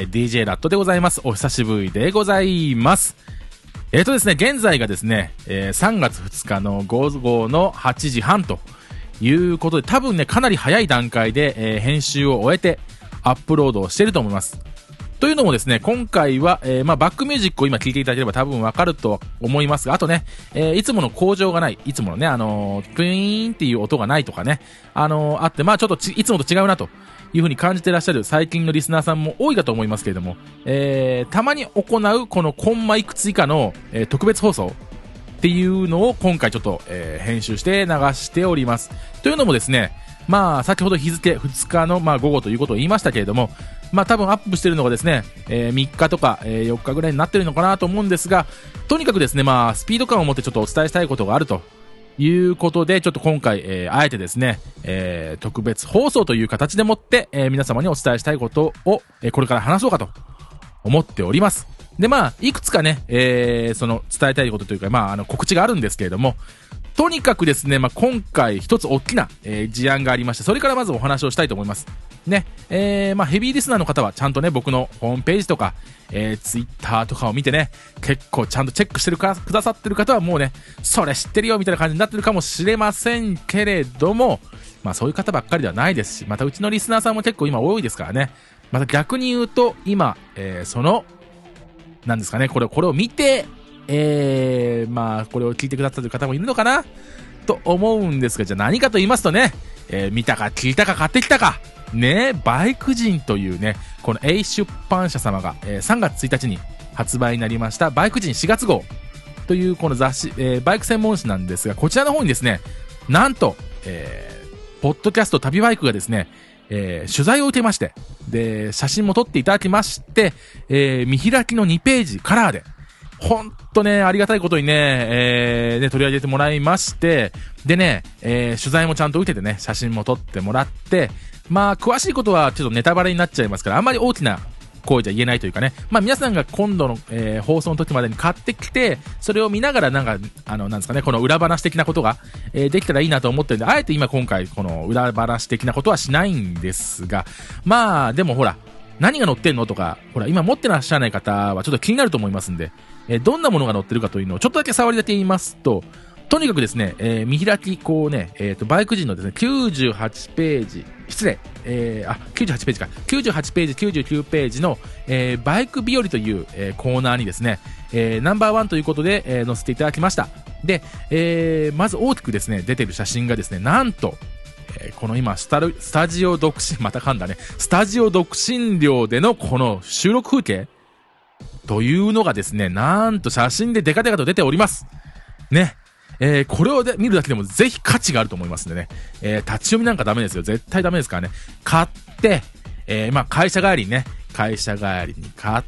DJ ラットでございます。お久しぶりでございます。ですね、現在がですね、3月2日の午後の8時半ということで、多分ね、かなり早い段階で、編集を終えてアップロードをしていると思います。というのもですね、今回は、バックミュージックを今聴いていただければ多分わかると思いますが、あとね、いつもの向上がない、いつものね、プイーンっていう音がないとかね、あって、ちょっといつもと違うなという風に感じていらっしゃる最近のリスナーさんも多いかと思いますけれども、たまに行うこのコンマいくつ以下の、特別放送っていうのを今回ちょっと、編集して流しております。というのもですね、先ほど日付2日の、午後ということを言いましたけれども、多分アップしてるのがですね、3日とか、4日ぐらいになってるのかなと思うんですが、とにかくですね、スピード感を持ってちょっとお伝えしたいことがあるということで、ちょっと今回、あえてですね、特別放送という形でもって、皆様にお伝えしたいことを、これから話そうかと思っております。で、いくつかね、その伝えたいことというか、告知があるんですけれども、とにかくですね、今回一つ大きな、事案がありまして、それからまずお話をしたいと思います。ね、ヘビーリスナーの方はちゃんとね、僕のホームページとか、ツイッターとかを見てね、結構ちゃんとチェックしてくださってる方はもうね、それ知ってるよみたいな感じになってるかもしれませんけれども、そういう方ばっかりではないですし、またうちのリスナーさんも結構今多いですからね、また逆に言うと、今、なんですかね、これを見て、これを聞いてくださってる方もいるのかなと思うんですが、じゃあ何かと言いますとね、見たか聞いたか買ってきたかね、バイク人というね、この A 出版社様が、3月1日に発売になりましたバイク人4月号というこの雑誌、バイク専門誌なんですが、こちらの方にですね、なんと、ポッドキャスト旅バイクがですね、取材を受けまして、で、写真も撮っていただきまして、見開きの2ページカラーで、ほんとね、ありがたいことにね、取り上げてもらいまして、でね、取材もちゃんと受けてね、写真も撮ってもらって、詳しいことはちょっとネタバレになっちゃいますから、あんまり大きな声じゃ言えないというかね、皆さんが今度の、放送の時までに買ってきて、それを見ながらなんですかね、この裏話的なことが、できたらいいなと思ってるんで、あえて今回この裏話的なことはしないんですが、でもほら、何が載ってんのとか、ほら、今持ってらっしゃらない方はちょっと気になると思いますんで、どんなものが載ってるかというのをちょっとだけ触りだけ言いますと、とにかくですね、見開き、バイク人のですね、98ページ、失礼、98ページか、98ページ、99ページの、バイク日和という、コーナーにですね、ナンバー1ということで、載せていただきました。で、まず大きくですね、出てる写真がですね、なんと、この今スタジオ独身、また噛んだね、スタジオ独身寮でのこの収録風景というのがですね、なんと写真でデカデカと出ております。ね。これを見るだけでもぜひ価値があると思いますんでね。立ち読みなんかダメですよ。絶対ダメですからね。買って、会社帰りに買って、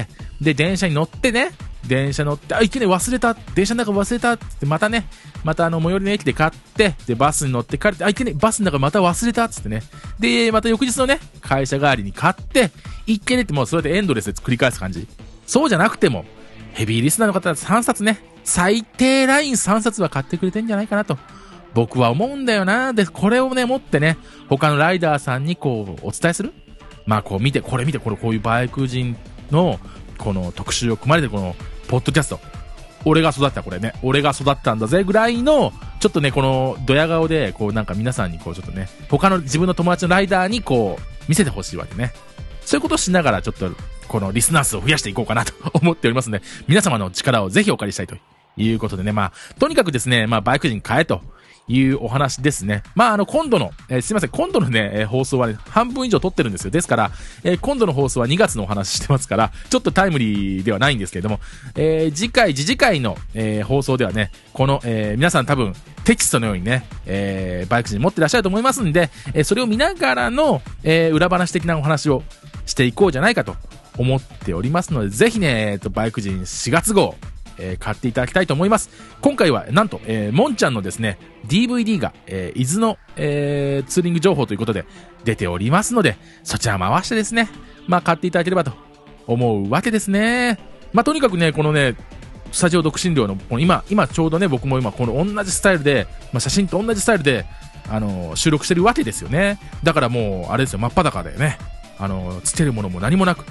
で、電車に乗ってね、いきなり忘れた、電車の中忘れたって、また最寄りの駅で買って、で、バスに乗って帰って、いきなりバスの中また忘れたっつってね。で、また翌日のね、会社帰りに買って、一気にってもうそれでエンドレスで繰り返す感じ。そうじゃなくても、ヘビーリスナーの方は3冊ね、最低ライン3冊は買ってくれてんじゃないかなと、僕は思うんだよな。で、これをね、持ってね、他のライダーさんにお伝えする。こういうバイク人の、この特集を組まれてるこの、ポッドキャスト。俺が育ったんだぜぐらいの、ちょっとね、この、ドヤ顔で、皆さんにちょっとね、他の自分の友達のライダーに見せてほしいわけね。そういうことをしながら、ちょっと、このリスナー数を増やしていこうかなと思っておりますので、皆様の力をぜひお借りしたいということでね、とにかくですね、バイク人買えというお話ですね。今度の、すいません、今度のね、放送はね、半分以上撮ってるんですよ。ですから、今度の放送は2月のお話してますから、ちょっとタイムリーではないんですけれども、次回の、放送ではね、この、皆さん多分、テキストのようにね、バイク人持ってらっしゃると思いますんで、それを見ながらの、裏話的なお話をしていこうじゃないかと思っておりますので、ぜひね、バイク人4月号、買っていただきたいと思います。今回はなんと、もんちゃんのですね DVD が、伊豆の、ツーリング情報ということで出ておりますので、そちら回してですね、買っていただければと思うわけですね。とにかくね、このね、スタジオ独身寮の今ちょうどね、僕も今この同じスタイルで、写真と同じスタイルで収録してるわけですよね。だからもうあれですよ、真っ裸でね、つけるものも何もなく、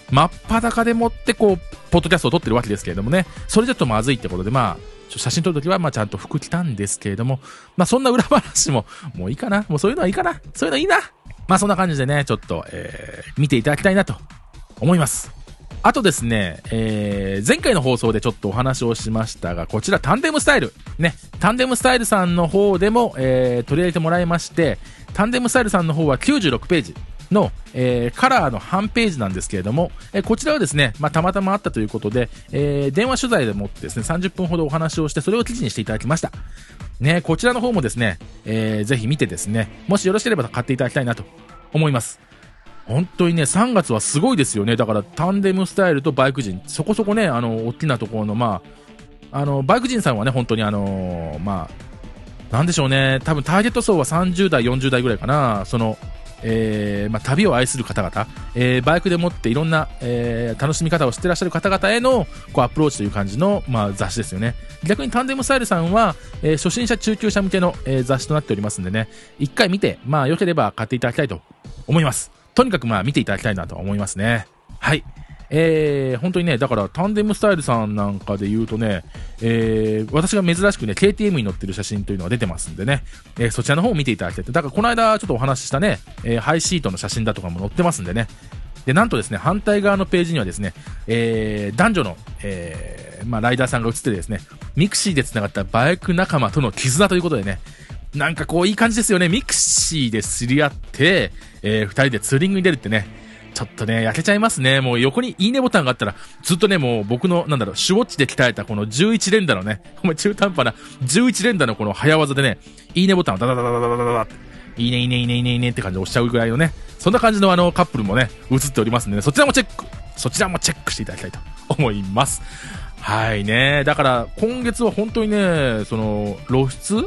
真っ裸でもってこう、ポッドキャストを撮ってるわけですけれどもね、それちょっとまずいってことで、まあ、写真撮るときは、まあちゃんと服着たんですけれども、まあそんな裏話も、もういいかな、もうそういうのはいいかな、そういうのいいな。まあそんな感じでね、ちょっと、見ていただきたいなと思います。あとですね、前回の放送でちょっとお話をしましたが、こちらタンデムスタイル。ね、タンデムスタイルさんの方でも、取り上げてもらいまして、タンデムスタイルさんの方は96ページの、カラーの半ページなんですけれども、こちらはですね、まあ、たまたまあったということで、電話取材でもってですね、30分ほどお話をして、それを記事にしていただきました。ね、こちらの方もですね、ぜひ見てですね、もしよろしければ買っていただきたいなと思います。本当にね、3月はすごいですよね。だからタンデムスタイルとバイク人、そこそこね、大きなところの、まあ、バイク人さんはね、本当にまあ、なんでしょうね、多分ターゲット層は30代、40代ぐらいかな、その、まあ、旅を愛する方々、バイクでもっていろんな、楽しみ方をしてらっしゃる方々へのこうアプローチという感じの、まあ、雑誌ですよね。逆にタンデムスタイルさんは、初心者中級者向けの、雑誌となっておりますんでね、一回見て、まあ、良ければ買っていただきたいと思います。とにかくまあ見ていただきたいなと思いますね。はい。本当にね、だからタンデムスタイルさんなんかで言うとね、私が珍しくね、KTM に乗ってる写真というのが出てますんでね、そちらの方を見ていただきたい。だからこの間ちょっとお話ししたね、ハイシートの写真だとかも載ってますんでね。で、なんとですね、反対側のページにはですね、男女の、まあライダーさんが写ってですね、ミクシーで繋がったバイク仲間との絆ということでね、なんかこういい感じですよね。ミクシーで知り合って、二人でツーリングに出るってね、ちょっとね、焼けちゃいますね。もう横にいいねボタンがあったら、ずっとね、もう僕の、なんだろう、シュウォッチで鍛えたこの11連打のね、お前中途半端な11連打のこの早技でね、いいねボタンをダダダダダダダダいいねいいねいいねいいねいいねって感じで押しちゃうぐらいのね、そんな感じのカップルもね、映っておりますんでね、そちらもチェックしていただきたいと思います。はいね。だから今月は本当にね、その、露出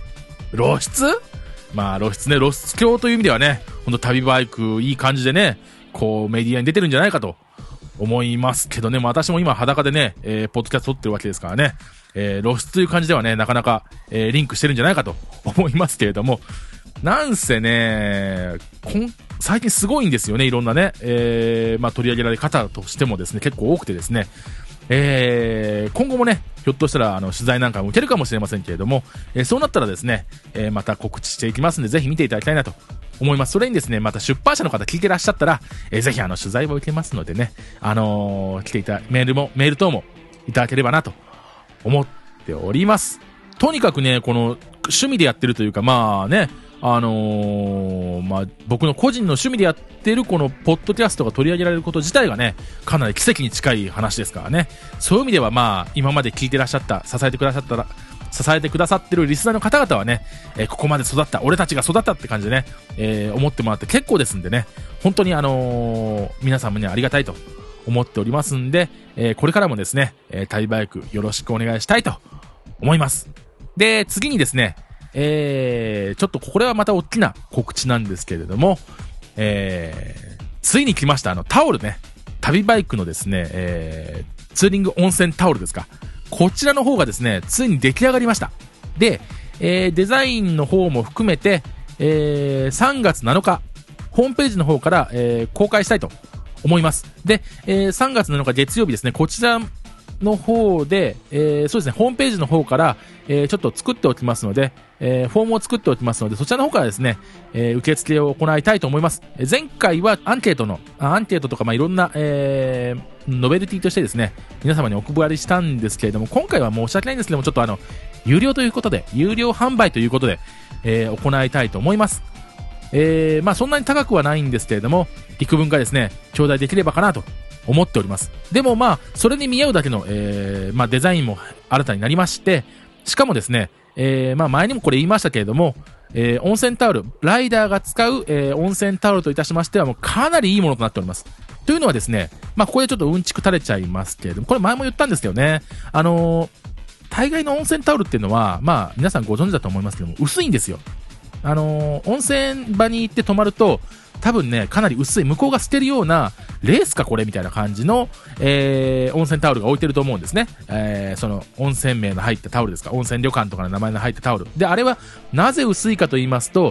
まあ露出ね、露出狂という意味ではね、ほんと旅バイクいい感じでね、こうメディアに出てるんじゃないかと思いますけどね、まあ私も今裸でね、ポッドキャスト撮ってるわけですからね、露出という感じではね、なかなか、リンクしてるんじゃないかと思いますけれども、なんせね、最近すごいんですよね、いろんなね、まあ取り上げられ方としてもですね、結構多くてですね、今後もね、ひょっとしたら取材なんかも受けるかもしれませんけれども、そうなったらですね、また告知していきますんで、ぜひ見ていただきたいなと思います。それにですね、また出版社の方聞いてらっしゃったら、ぜひ取材を受けますのでね、来ていたメール等もいただければなと思っております。とにかくね、この趣味でやってるというか、まあね、まあ、僕の個人の趣味でやってるこのポッドキャストが取り上げられること自体がね、かなり奇跡に近い話ですからね。そういう意味ではまあ、今まで聞いてらっしゃった、支えてくださってるリスナーの方々はね、ここまで育った、俺たちが育ったって感じでね、思ってもらって結構ですんでね、本当に皆さんもね、ありがたいと思っておりますんで、これからもですね、旅バイクよろしくお願いしたいと思います。で、次にですね、ちょっとこれはまた大きな告知なんですけれども、ついに来ましたタオルね、旅バイクのですね、ツーリング温泉タオルですか。こちらの方がですね、ついに出来上がりました。で、デザインの方も含めて、3月7日、ホームページの方から、公開したいと思います。で、3月7日月曜日ですね、こちらの方で、そうですね、ホームページの方から、ちょっと作っておきますので、フォームを作っておきますので、そちらの方からですね、受付を行いたいと思います。前回はアンケートとか、まあ、いろんな、ノベルティとしてですね、皆様にお配りしたんですけれども、今回は申し訳ないんですけども、ちょっと有料ということで、有料販売ということで、行いたいと思います。まあ、そんなに高くはないんですけれども、幾分かですね、頂戴できればかなと思っております。でもまあ、それに見合うだけの、まあ、デザインも新たになりまして、しかもですね、まあ、前にもこれ言いましたけれども、温泉タオル、ライダーが使う、温泉タオルといたしましては、もうかなりいいものとなっております。というのはですね、まあ、ここでちょっとうんちく垂れちゃいますけれども、これ前も言ったんですけどね、大概の温泉タオルっていうのは、まあ、皆さんご存知だと思いますけども、薄いんですよ。温泉場に行って泊まると、多分ね、かなり薄い、向こうが捨てるような、レースかこれみたいな感じの、温泉タオルが置いてると思うんですね。その、温泉名の入ったタオルですか、温泉旅館とかの名前の入ったタオル。で、あれは、なぜ薄いかと言いますと、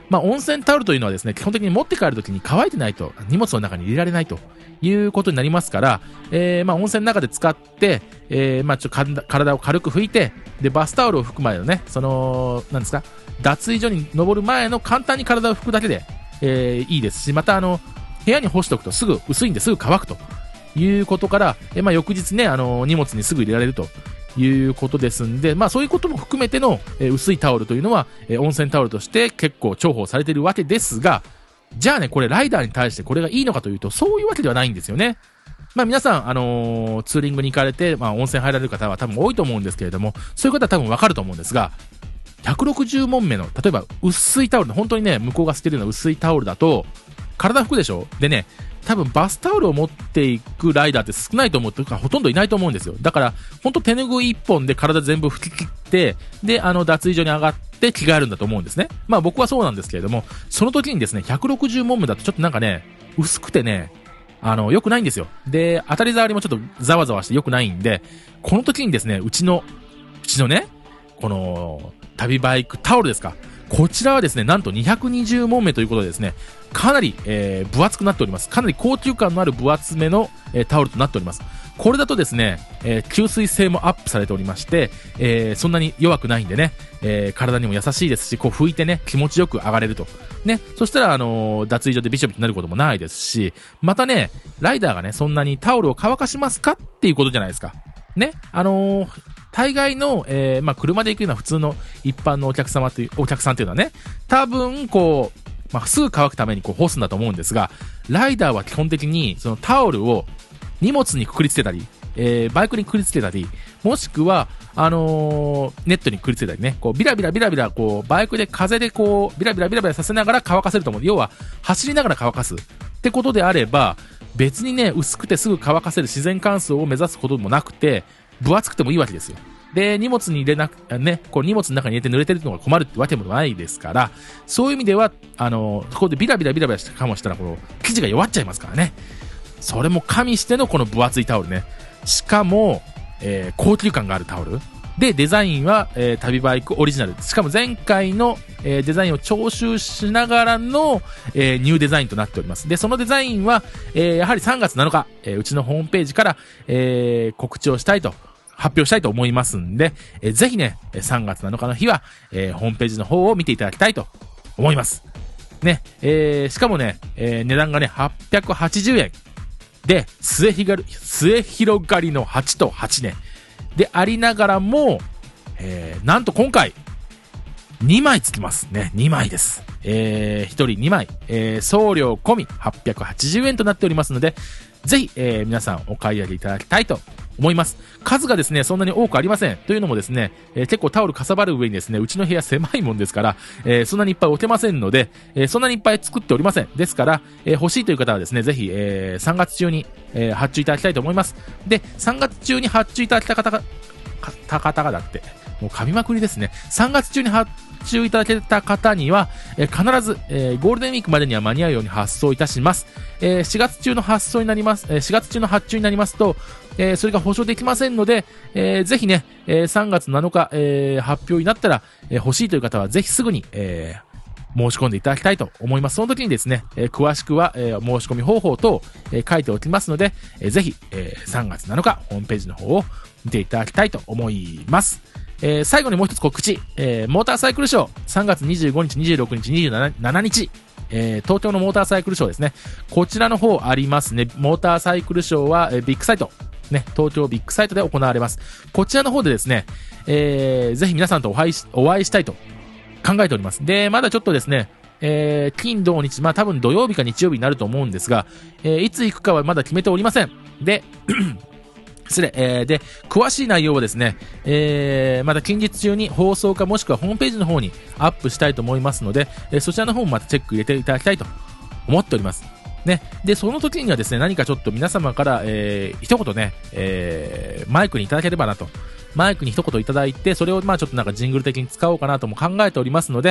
温泉タオルというのはですね、基本的に持って帰るときに乾いてないと荷物の中に入れられないということになりますから、温泉の中で使って、ちょっと体を軽く拭いて、で、バスタオルを拭く前のね、なんですか、脱衣所に登る前の簡単に体を拭くだけで、いいですし、また部屋に干しておくとすぐ薄いんですぐ乾くということから、翌日ね、荷物にすぐ入れられるということですんで、そういうことも含めての、薄いタオルというのは、温泉タオルとして結構重宝されているわけですが、じゃあね、これライダーに対してこれがいいのかというと、そういうわけではないんですよね。皆さん、ツーリングに行かれて、温泉入られる方は多分多いと思うんですけれども、そういう方は多分わかると思うんですが、160問目の、例えば薄いタオルの、本当にね、向こうが捨てるような薄いタオルだと、体拭くでしょ？でね、多分バスタオルを持っていくライダーって少ないと思うというか、ほとんどいないと思うんですよ。だから、本当手拭い一本で体全部拭き切って、で、脱衣所に上がって着替えるんだと思うんですね。僕はそうなんですけれども、その時にですね、160問目だとちょっとなんかね、薄くてね、良くないんですよ。で、当たり障りもちょっとざわざわして良くないんで、この時にですね、うちのね、この、旅バイクタオルですか。こちらはですね、なんと220問目ということでですね、かなり、分厚くなっております。かなり高級感のある分厚めの、タオルとなっております。これだとですね、吸水性もアップされておりまして、そんなに弱くないんでね、体にも優しいですし、こう拭いてね、気持ちよく上がれると。ね、そしたら、脱衣所でびしょびしょになることもないですし、またね、ライダーがね、そんなにタオルを乾かしますかっていうことじゃないですか。ね、大概の、車で行くような普通の一般のお客さんっていうのはね、多分、こう、すぐ乾くためにこう干すんだと思うんですが、ライダーは基本的にそのタオルを荷物にくくりつけたり、バイクにくくりつけたり、もしくは、ネットにくくりつけたりね、こうビラビラ、こうバイクで風でこうビラビラさせながら乾かせると思う。要は走りながら乾かすってことであれば、別にね、薄くてすぐ乾かせる自然乾燥を目指すこともなくて、分厚くてもいいわけですよ。で、荷物に入れなく、ね、こう荷物の中に入れて濡れてるのが困るってわけもないですから、そういう意味では、そこでビラビラしてかもしたら、この生地が弱っちゃいますからね。それも加味してのこの分厚いタオルね。しかも、高級感があるタオル。で、デザインは、旅バイクオリジナル。しかも前回の、デザインを踏襲しながらの、ニューデザインとなっております。で、そのデザインは、やはり3月7日、うちのホームページから、告知をしたいと、発表したいと思いますんで、ぜひね、3月7日の日は、ホームページの方を見ていただきたいと思います。ね、しかもね、値段がね、880円。で、末広がりの8と8ね。で、ありながらも、なんと今回、2枚つきますね。2枚です。1人2枚、送料込み880円となっておりますので、ぜひ、皆さんお買い上げいただきたいと思います。数がですね、そんなに多くありません。というのもですね、結構タオルかさばる上にですね、うちの部屋狭いもんですから、そんなにいっぱい置けませんので、そんなにいっぱい作っておりません。ですから、欲しいという方はですね、ぜひ、3月中に、発注いただきたいと思います。で、3月中に発注いただきた方がだって、もう噛みまくりですね。3月中に発注いただけた方には、必ず、ゴールデンウィークまでには間に合うように発送いたします。4月中の発送になります。4月中の発注になりますと、それが保証できませんので、ぜひね、3月7日、発表になったら、欲しいという方はぜひすぐに、申し込んでいただきたいと思います。その時にですね、詳しくは、申し込み方法等、書いておきますので、ぜひ、3月7日、ホームページの方を見ていただきたいと思います。最後にもう一つ告知、モーターサイクルショー、3月25日、26日、27日、東京のモーターサイクルショーですね。こちらの方ありますね。モーターサイクルショーは、ビッグサイト、ね、東京ビッグサイトで行われます。こちらの方でですね、ぜひ皆さんとお会いしたいと考えております。で、まだちょっとですね、金土日、多分土曜日か日曜日になると思うんですが、いつ行くかはまだ決めておりません。で、で、詳しい内容はですね、また近日中に放送かもしくはホームページの方にアップしたいと思いますので、そちらの方もまたチェック入れていただきたいと思っております。ね。で、その時にはですね、何かちょっと皆様から、一言ね、マイクにいただければなと。マイクに一言いただいて、それをちょっとなんかジングル的に使おうかなとも考えておりますので、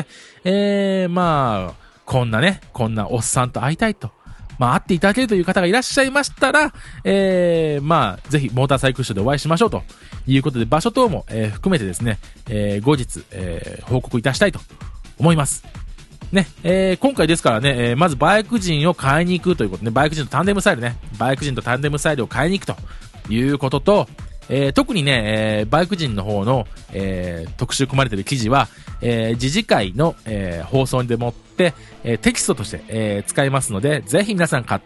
こんなおっさんと会いたいと。会っていただけるという方がいらっしゃいましたら、ぜひ、モーターサイクルショーでお会いしましょうということで、場所等も、含めてですね、後日、報告いたしたいと思います。 ね、今回ですからね、まずバイク陣を買いに行くということね、バイク陣とタンデムスタイルね、バイク陣とタンデムスタイルを買いに行くということと、特にね、バイク陣の方の、特集組まれている記事は、次次回の、放送でもって、テキストとして、使いますので、ぜひ皆さん買って、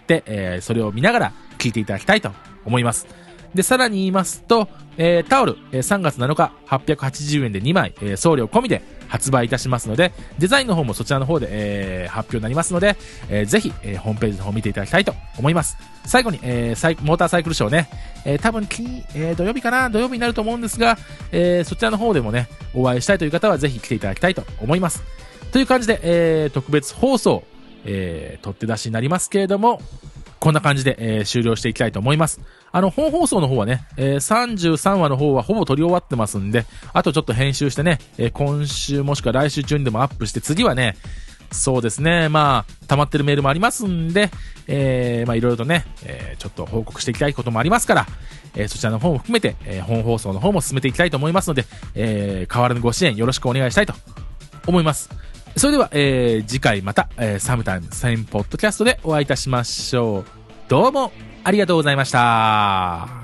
それを見ながら聞いていただきたいと思います。で、さらに言いますと、タオル、3月7日880円で2枚、送料込みで発売いたしますので、デザインの方もそちらの方で、発表になりますので、ぜひ、ホームページの方を見ていただきたいと思います。最後に、モーターサイクルショーね、多分土曜日かな、土曜日になると思うんですが、そちらの方でもね、お会いしたいという方はぜひ来ていただきたいと思います。という感じで、特別放送、取って出しになりますけれども、こんな感じで、終了していきたいと思います。本放送の方はね、33話の方はほぼ撮り終わってますんで、あとちょっと編集してね、今週もしくは来週中にでもアップして、次はね、そうですね、まあ、溜まってるメールもありますんで、まあいろいろとね、ちょっと報告していきたいこともありますから、そちらの方も含めて、本放送の方も進めていきたいと思いますので、変わらぬご支援よろしくお願いしたいと思います。それでは、次回また、サムタイムサインポッドキャストでお会いいたしましょう。どうもありがとうございました。